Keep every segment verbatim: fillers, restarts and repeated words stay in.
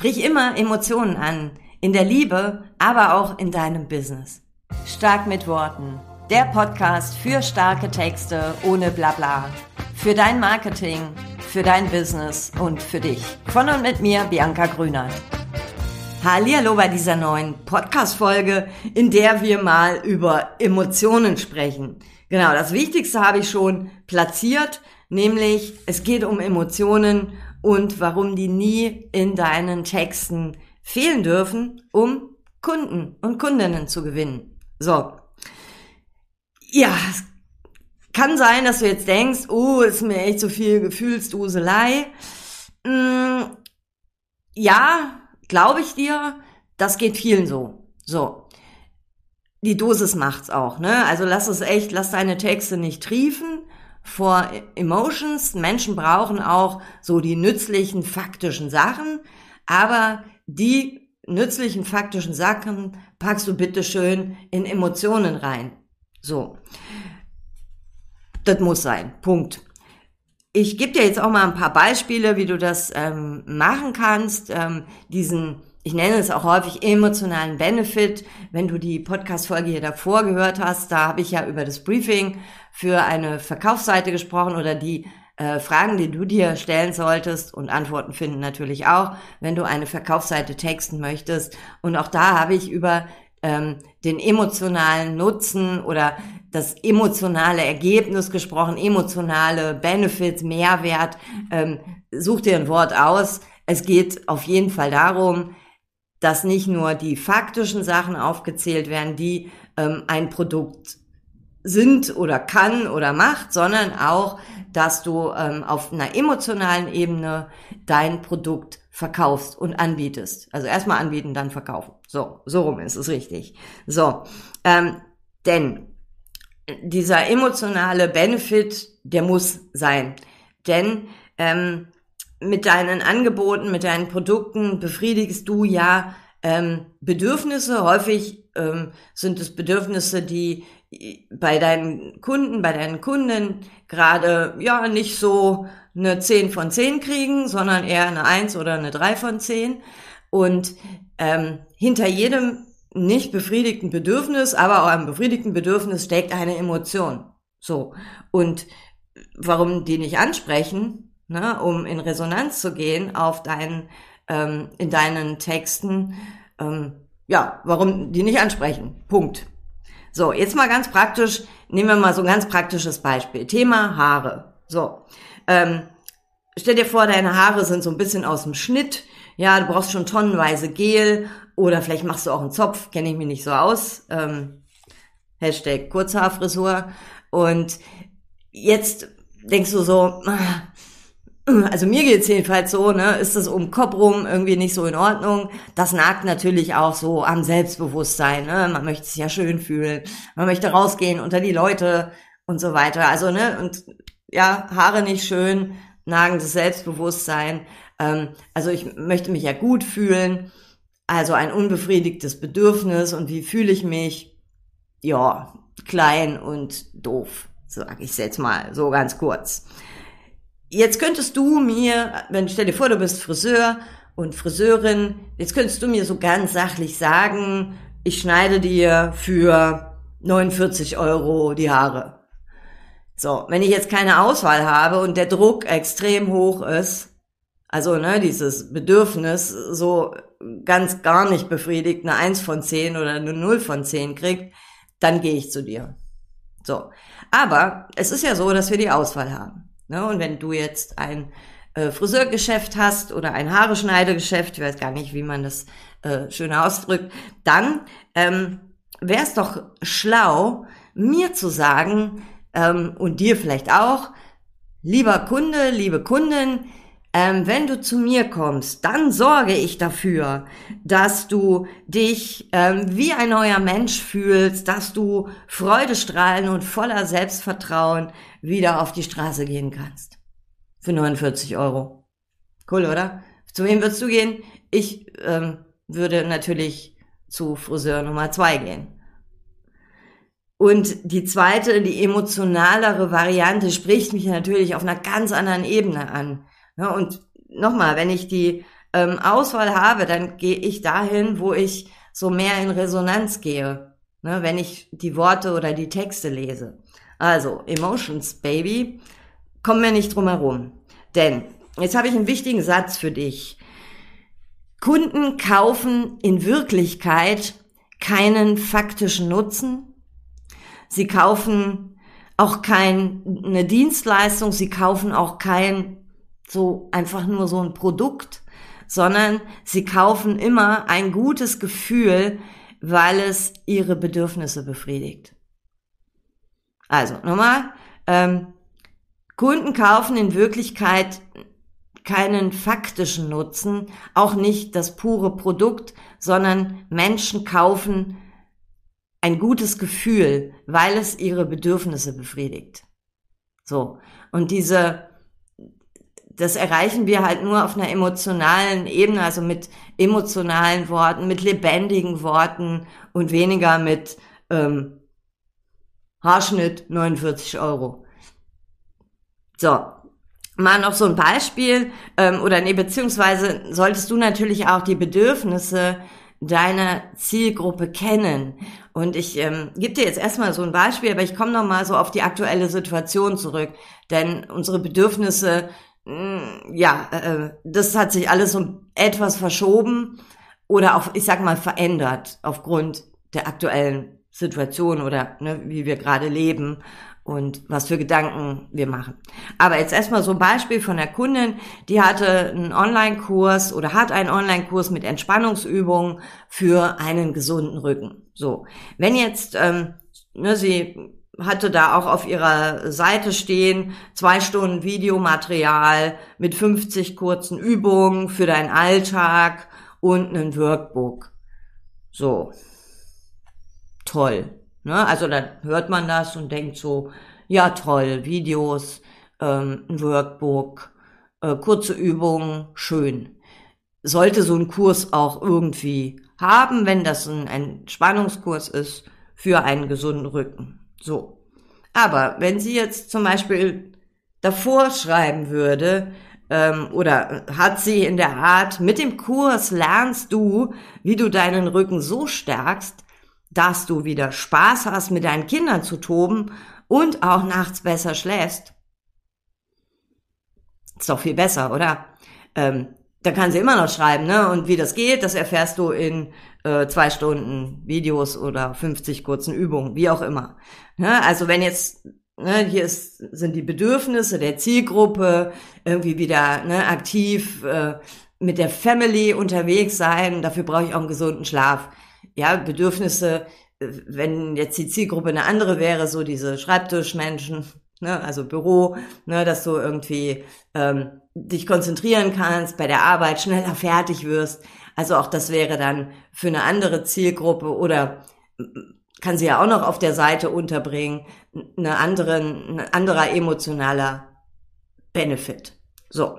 Sprich immer Emotionen an, in der Liebe, aber auch in deinem Business. Stark mit Worten. Der Podcast für starke Texte ohne Blabla. Für dein Marketing, für dein Business und für dich. Von und mit mir, Bianca Grünert. Hallihallo bei dieser neuen Podcast-Folge, in der wir mal über Emotionen sprechen. Genau, das Wichtigste habe ich schon platziert, nämlich es geht um Emotionen und warum die nie in deinen Texten fehlen dürfen, um Kunden und Kundinnen zu gewinnen. So. Ja, es kann sein, dass du jetzt denkst, oh, ist mir echt so viel Gefühlsduselei. Hm, ja, glaube ich dir, das geht vielen so. So. Die Dosis macht's auch, ne? Also lass es echt, lass deine Texte nicht triefen vor Emotions. Menschen brauchen auch so die nützlichen, faktischen Sachen, aber die nützlichen, faktischen Sachen packst du bitte schön in Emotionen rein. So. Das muss sein. Punkt. Ich gebe dir jetzt auch mal ein paar Beispiele, wie du das ähm, machen kannst. Ähm, diesen, ich nenne es auch häufig emotionalen Benefit. Wenn du die Podcast-Folge hier davor gehört hast, da habe ich ja über das Briefing für eine Verkaufsseite gesprochen oder die äh, Fragen, die du dir stellen solltest und Antworten finden natürlich auch, wenn du eine Verkaufsseite texten möchtest. Und auch da habe ich über ähm, den emotionalen Nutzen oder das emotionale Ergebnis gesprochen, emotionale Benefits, Mehrwert. Ähm, such dir ein Wort aus. Es geht auf jeden Fall darum, dass nicht nur die faktischen Sachen aufgezählt werden, die ähm, ein Produkt sind oder kann oder macht, sondern auch, dass du ähm, auf einer emotionalen Ebene dein Produkt verkaufst und anbietest. Also erstmal anbieten, dann verkaufen. So, so rum ist es richtig. So, ähm, denn dieser emotionale Benefit, der muss sein. Denn ähm, mit deinen Angeboten, mit deinen Produkten befriedigst du ja ähm, Bedürfnisse. Häufig ähm, sind es Bedürfnisse, die bei deinen Kunden, bei deinen Kunden gerade ja nicht so eine zehn von zehn kriegen, sondern eher eine eins oder eine drei von zehn. Und ähm, hinter jedem nicht befriedigten Bedürfnis, aber auch einem befriedigten Bedürfnis steckt eine Emotion. So. Und warum die nicht ansprechen, ne, um in Resonanz zu gehen auf deinen, ähm, in deinen Texten, ähm, ja, warum die nicht ansprechen. Punkt. So, jetzt mal ganz praktisch, nehmen wir mal so ein ganz praktisches Beispiel. Thema Haare. So, ähm, stell dir vor, deine Haare sind so ein bisschen aus dem Schnitt. Ja, du brauchst schon tonnenweise Gel oder vielleicht machst du auch einen Zopf, kenne ich mich nicht so aus. Ähm, Hashtag Kurzhaarfrisur. Und jetzt denkst du so, also mir geht's jedenfalls so, ne, ist das um den Kopf rum irgendwie nicht so in Ordnung. Das nagt natürlich auch so am Selbstbewusstsein, ne, man möchte sich ja schön fühlen, man möchte rausgehen unter die Leute und so weiter. Also, ne, und ja, Haare nicht schön, nagendes Selbstbewusstsein. Ähm, also ich möchte mich ja gut fühlen, also ein unbefriedigtes Bedürfnis. Und wie fühle ich mich? Ja, klein und doof, sag ich jetzt mal so ganz kurz. Jetzt könntest du mir, wenn stell dir vor, du bist Friseur und Friseurin, jetzt könntest du mir so ganz sachlich sagen, ich schneide dir für neunundvierzig Euro die Haare. So, wenn ich jetzt keine Auswahl habe und der Druck extrem hoch ist, also ne, dieses Bedürfnis so ganz gar nicht befriedigt, eine eins von zehn oder eine null von zehn kriegt, dann gehe ich zu dir. So, aber es ist ja so, dass wir die Auswahl haben. Ne, und wenn du jetzt ein äh, Friseurgeschäft hast oder ein Haareschneidegeschäft, ich weiß gar nicht, wie man das äh, schöner ausdrückt, dann ähm, wäre es doch schlau, mir zu sagen ähm, und dir vielleicht auch, lieber Kunde, liebe Kundin, ähm, wenn du zu mir kommst, dann sorge ich dafür, dass du dich ähm, wie ein neuer Mensch fühlst, dass du freudestrahlend und voller Selbstvertrauen wieder auf die Straße gehen kannst. Für neunundvierzig Euro. Cool, oder? Zu wem würdest du gehen? Ich ähm, würde natürlich zu Friseur Nummer zwei gehen. Und die zweite, die emotionalere Variante spricht mich natürlich auf einer ganz anderen Ebene an. Ja, und nochmal, wenn ich die ähm, Auswahl habe, dann gehe ich dahin, wo ich so mehr in Resonanz gehe, ne, wenn ich die Worte oder die Texte lese. Also, Emotions, Baby, kommen wir nicht drum herum. Denn, jetzt habe ich einen wichtigen Satz für dich. Kunden kaufen in Wirklichkeit keinen faktischen Nutzen. Sie kaufen auch keine Dienstleistung, sie kaufen auch kein so einfach nur so ein Produkt, sondern sie kaufen immer ein gutes Gefühl, weil es ihre Bedürfnisse befriedigt. Also nochmal, ähm, Kunden kaufen in Wirklichkeit keinen faktischen Nutzen, auch nicht das pure Produkt, sondern Menschen kaufen ein gutes Gefühl, weil es ihre Bedürfnisse befriedigt. So. Und diese, das erreichen wir halt nur auf einer emotionalen Ebene, also mit emotionalen Worten, mit lebendigen Worten und weniger mit ähm, Haarschnitt neunundvierzig Euro. So. Mal noch so ein Beispiel, ähm, oder nee, beziehungsweise solltest du natürlich auch die Bedürfnisse deiner Zielgruppe kennen. Und ich ähm, gebe dir jetzt erstmal so ein Beispiel, aber ich komme noch mal so auf die aktuelle Situation zurück. Denn unsere Bedürfnisse, mh, ja, äh, das hat sich alles so etwas verschoben oder auch, ich sag mal, verändert aufgrund der aktuellen Situation oder ne, wie wir gerade leben und was für Gedanken wir machen. Aber jetzt erstmal so ein Beispiel von der Kundin, die hatte einen Online-Kurs oder hat einen Online-Kurs mit Entspannungsübungen für einen gesunden Rücken. So, wenn jetzt, ähm, ne, sie hatte da auch auf ihrer Seite stehen, zwei Stunden Videomaterial mit fünfzig kurzen Übungen für deinen Alltag und einen Workbook. So, toll. Ne, also da hört man das und denkt so, ja toll, Videos, ähm, ein Workbook, äh, kurze Übungen, schön. Sollte so ein Kurs auch irgendwie haben, wenn das ein Entspannungskurs ist für einen gesunden Rücken. So. Aber wenn sie jetzt zum Beispiel davor schreiben würde, ähm, oder hat sie in der Art, mit dem Kurs lernst du, wie du deinen Rücken so stärkst, dass du wieder Spaß hast, mit deinen Kindern zu toben und auch nachts besser schläfst. Ist doch viel besser, oder? Ähm, da kann sie immer noch schreiben, ne? Und wie das geht, das erfährst du in äh, zwei Stunden Videos oder fünfzig kurzen Übungen, wie auch immer. Ne? Also wenn jetzt, ne, hier ist, sind die Bedürfnisse der Zielgruppe, irgendwie wieder ne, aktiv äh, mit der Family unterwegs sein, dafür brauche ich auch einen gesunden Schlaf. Ja, Bedürfnisse, wenn jetzt die Zielgruppe eine andere wäre, so diese Schreibtischmenschen, ne, also Büro, ne, dass du irgendwie ähm, dich konzentrieren kannst, bei der Arbeit schneller fertig wirst. Also auch das wäre dann für eine andere Zielgruppe oder kann sie ja auch noch auf der Seite unterbringen, eine andere, ein anderer emotionaler Benefit. So.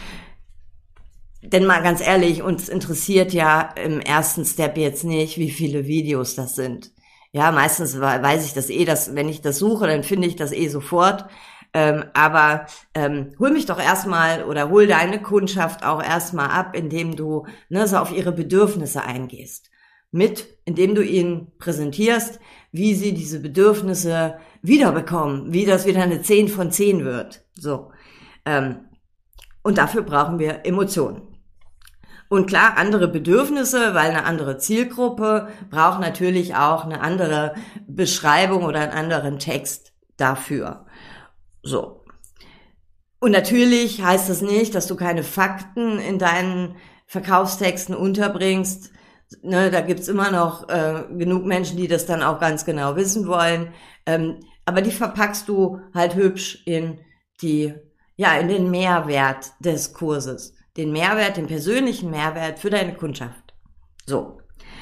Denn mal ganz ehrlich, uns interessiert ja im ersten Step jetzt nicht, wie viele Videos das sind. Ja, meistens weiß ich das eh, dass wenn ich das suche, dann finde ich das eh sofort. Ähm, aber ähm, hol mich doch erstmal oder hol deine Kundschaft auch erstmal ab, indem du ne, so auf ihre Bedürfnisse eingehst. Mit, indem du ihnen präsentierst, wie sie diese Bedürfnisse wiederbekommen, wie das wieder eine zehn von zehn wird. So. Ähm, und dafür brauchen wir Emotionen. Und klar, andere Bedürfnisse, weil eine andere Zielgruppe braucht natürlich auch eine andere Beschreibung oder einen anderen Text dafür. So. Und natürlich heißt das nicht, dass du keine Fakten in deinen Verkaufstexten unterbringst. Ne, da gibt's immer noch äh, genug Menschen, die das dann auch ganz genau wissen wollen. Ähm, aber die verpackst du halt hübsch in die, ja, in den Mehrwert des Kurses. Den Mehrwert, den persönlichen Mehrwert für deine Kundschaft. So.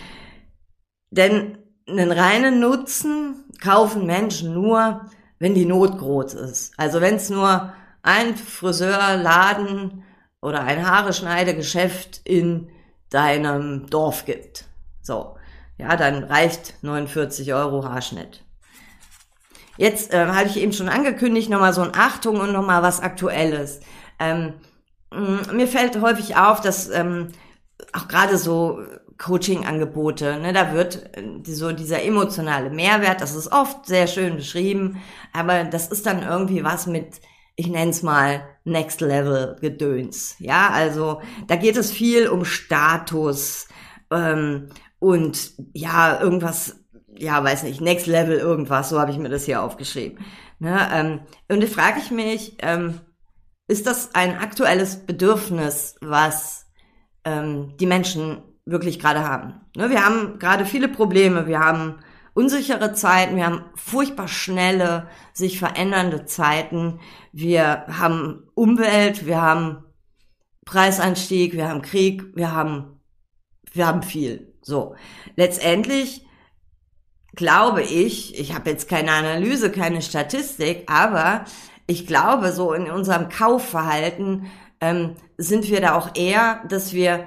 Denn einen reinen Nutzen kaufen Menschen nur, wenn die Not groß ist. Also wenn es nur ein Friseurladen oder ein Haareschneidegeschäft in deinem Dorf gibt. So. Ja, dann reicht neunundvierzig Euro Haarschnitt. Jetzt äh, hatte ich eben schon angekündigt, nochmal so ein Achtung und nochmal was Aktuelles. Ähm, mir fällt häufig auf, dass ähm, auch gerade so Coaching-Angebote, ne, da wird so dieser emotionale Mehrwert, das ist oft sehr schön beschrieben, aber das ist dann irgendwie was mit, ich nenne es mal Next-Level-Gedöns. Ja, also da geht es viel um Status ähm, und ja, irgendwas, ja, weiß nicht, Next-Level irgendwas, so habe ich mir das hier aufgeschrieben. Ne, ähm, und da frage ich mich, ähm, ist das ein aktuelles Bedürfnis, was ähm, die Menschen wirklich gerade haben? Ne, wir haben gerade viele Probleme, wir haben unsichere Zeiten, wir haben furchtbar schnelle, sich verändernde Zeiten, wir haben Umwelt, wir haben Preisanstieg, wir haben Krieg, wir haben, wir haben viel. So, letztendlich glaube ich, ich habe jetzt keine Analyse, keine Statistik, aber ich glaube, so in unserem Kaufverhalten ähm, sind wir da auch eher, dass wir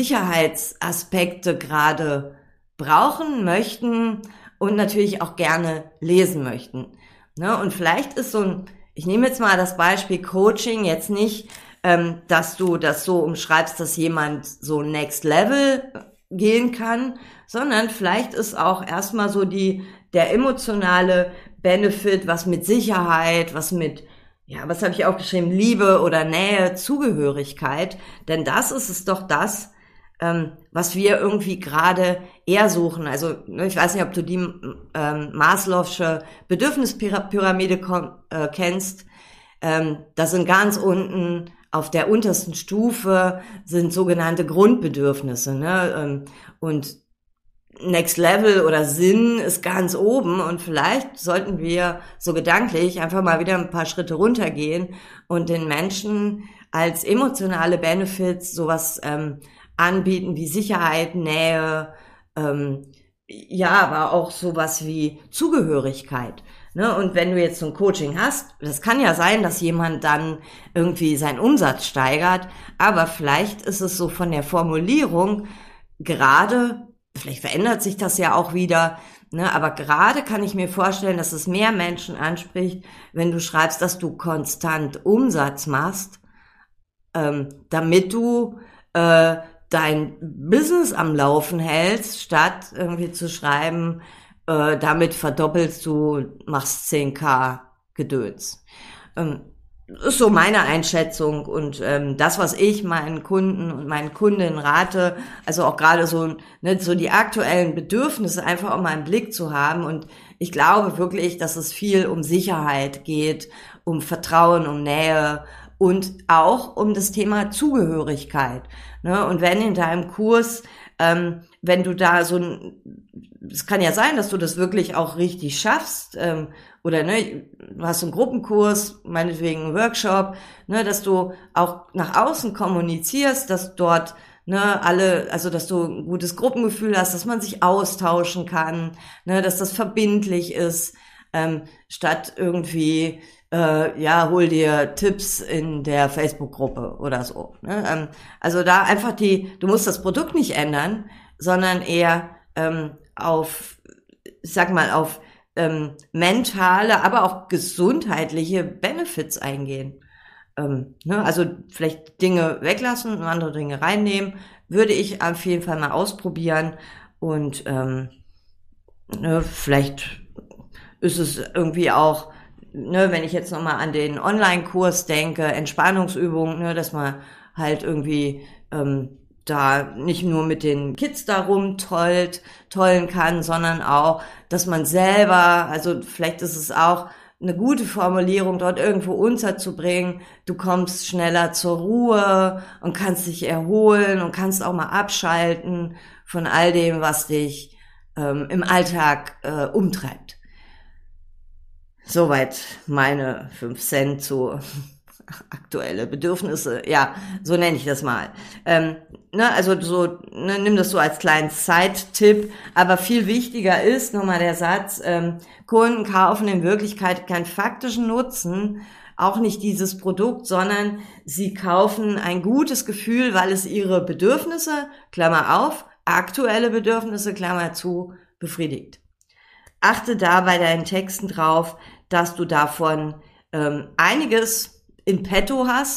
Sicherheitsaspekte gerade brauchen, möchten und natürlich auch gerne lesen möchten. Ne? Und vielleicht ist so ein, ich nehme jetzt mal das Beispiel Coaching, jetzt nicht, ähm, dass du das so umschreibst, dass jemand so Next Level gehen kann, sondern vielleicht ist auch erstmal so die der emotionale Benefit, was mit Sicherheit, was mit, ja, was habe ich aufgeschrieben, Liebe oder Nähe, Zugehörigkeit, denn das ist es doch das, ähm, was wir irgendwie gerade eher suchen. Also ich weiß nicht, ob du die ähm, Maslow'sche Bedürfnispyramide äh, kennst. Ähm, das sind ganz unten auf der untersten Stufe sind sogenannte Grundbedürfnisse, ne? Ähm, und Next Level oder Sinn ist ganz oben und vielleicht sollten wir so gedanklich einfach mal wieder ein paar Schritte runtergehen und den Menschen als emotionale Benefits sowas ähm, anbieten wie Sicherheit, Nähe, ähm, ja, aber auch sowas wie Zugehörigkeit. Ne? Und wenn du jetzt so ein Coaching hast, das kann ja sein, dass jemand dann irgendwie seinen Umsatz steigert, aber vielleicht ist es so von der Formulierung gerade, vielleicht verändert sich das ja auch wieder, ne? Aber gerade kann ich mir vorstellen, dass es mehr Menschen anspricht, wenn du schreibst, dass du konstant Umsatz machst, ähm, damit du äh, dein Business am Laufen hältst, statt irgendwie zu schreiben, äh, damit verdoppelst du, machst zehn K Gedöns. Ähm, ist so meine Einschätzung und ähm, das, was ich meinen Kunden und meinen Kundinnen rate, also auch gerade so, ne, so die aktuellen Bedürfnisse einfach auch mal im Blick zu haben. Und ich glaube wirklich, dass es viel um Sicherheit geht, um Vertrauen, um Nähe und auch um das Thema Zugehörigkeit. Ne? Und wenn in deinem Kurs, ähm, wenn du da so ein, es kann ja sein, dass du das wirklich auch richtig schaffst, ähm, oder ne, du hast einen Gruppenkurs, meinetwegen einen Workshop, ne, dass du auch nach außen kommunizierst, dass dort ne alle, also dass du ein gutes Gruppengefühl hast, dass man sich austauschen kann, ne, dass das verbindlich ist, ähm, statt irgendwie äh, ja, hol dir Tipps in der Facebook-Gruppe oder so. Ne? Ähm, also da einfach die, du musst das Produkt nicht ändern, sondern eher ähm, auf, ich sag mal, auf ähm, mentale, aber auch gesundheitliche Benefits eingehen. Ähm, ne? Also vielleicht Dinge weglassen und andere Dinge reinnehmen, würde ich auf jeden Fall mal ausprobieren und ähm, ne, vielleicht ist es irgendwie auch, ne, wenn ich jetzt nochmal an den Online-Kurs denke, Entspannungsübungen, ne, dass man halt irgendwie ähm, da nicht nur mit den Kids da rumtollt, tollen kann, sondern auch, dass man selber, also vielleicht ist es auch eine gute Formulierung, dort irgendwo unterzubringen, du kommst schneller zur Ruhe und kannst dich erholen und kannst auch mal abschalten von all dem, was dich ähm, im Alltag äh, umtreibt. Soweit meine fünf Cent zu aktuelle Bedürfnisse. Ja, so nenne ich das mal. Ähm, ne, also so, ne, nimm das so als kleinen Side-Tipp. Aber viel wichtiger ist nochmal der Satz, ähm, Kunden kaufen in Wirklichkeit keinen faktischen Nutzen, auch nicht dieses Produkt, sondern sie kaufen ein gutes Gefühl, weil es ihre Bedürfnisse, Klammer auf, aktuelle Bedürfnisse, Klammer zu, befriedigt. Achte da bei deinen Texten drauf, dass du davon ähm, einiges in petto hast,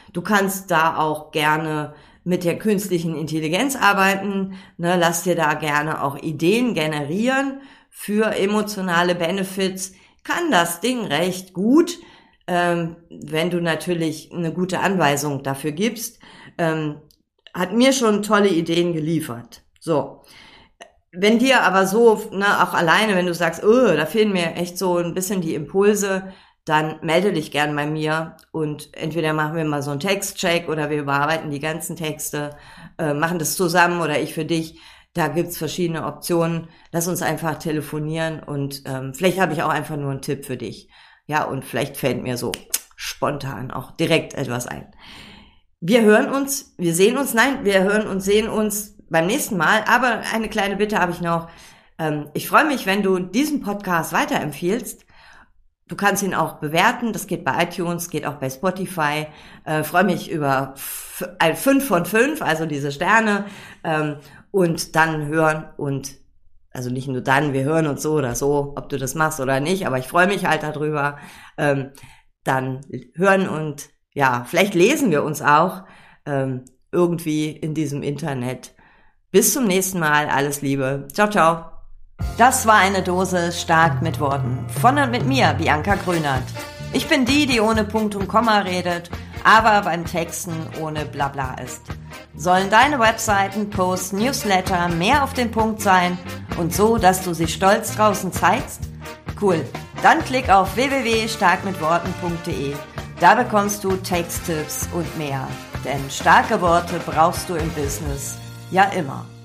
Du kannst da auch gerne mit der künstlichen Intelligenz arbeiten, ne, lass dir da gerne auch Ideen generieren für emotionale Benefits. Kann das Ding recht gut, ähm, wenn du natürlich eine gute Anweisung dafür gibst. Ähm, hat mir schon tolle Ideen geliefert. So. Wenn dir aber so, ne, auch alleine, wenn du sagst, oh, da fehlen mir echt so ein bisschen die Impulse, dann melde dich gern bei mir und entweder machen wir mal so einen Textcheck oder wir überarbeiten die ganzen Texte, äh, machen das zusammen oder ich für dich. Da gibt's verschiedene Optionen. Lass uns einfach telefonieren und ähm, vielleicht habe ich auch einfach nur einen Tipp für dich. Ja, und vielleicht fällt mir so spontan auch direkt etwas ein. Wir hören uns, wir sehen uns, nein, wir hören und sehen uns beim nächsten Mal. Aber eine kleine Bitte habe ich noch. Ähm, ich freue mich, wenn du diesen Podcast weiterempfiehlst. Du kannst ihn auch bewerten, das geht bei iTunes, geht auch bei Spotify. Äh, freue mich über fünf von fünf, also diese Sterne. Ähm, und dann hören und, also nicht nur dann, wir hören uns so oder so, ob du das machst oder nicht, aber ich freue mich halt darüber. Ähm, dann hören und, ja, vielleicht lesen wir uns auch ähm, irgendwie in diesem Internet. Bis zum nächsten Mal, alles Liebe. Ciao, ciao. Das war eine Dose stark mit Worten. Von und mit mir, Bianca Grünert. Ich bin die, die ohne Punkt und Komma redet, aber beim Texten ohne Blabla ist. Sollen deine Webseiten, Posts, Newsletter mehr auf den Punkt sein und so, dass du sie stolz draußen zeigst? Cool. Dann klick auf w w w punkt stark mit worten punkt d e. Da bekommst du Texttipps und mehr. Denn starke Worte brauchst du im Business ja immer.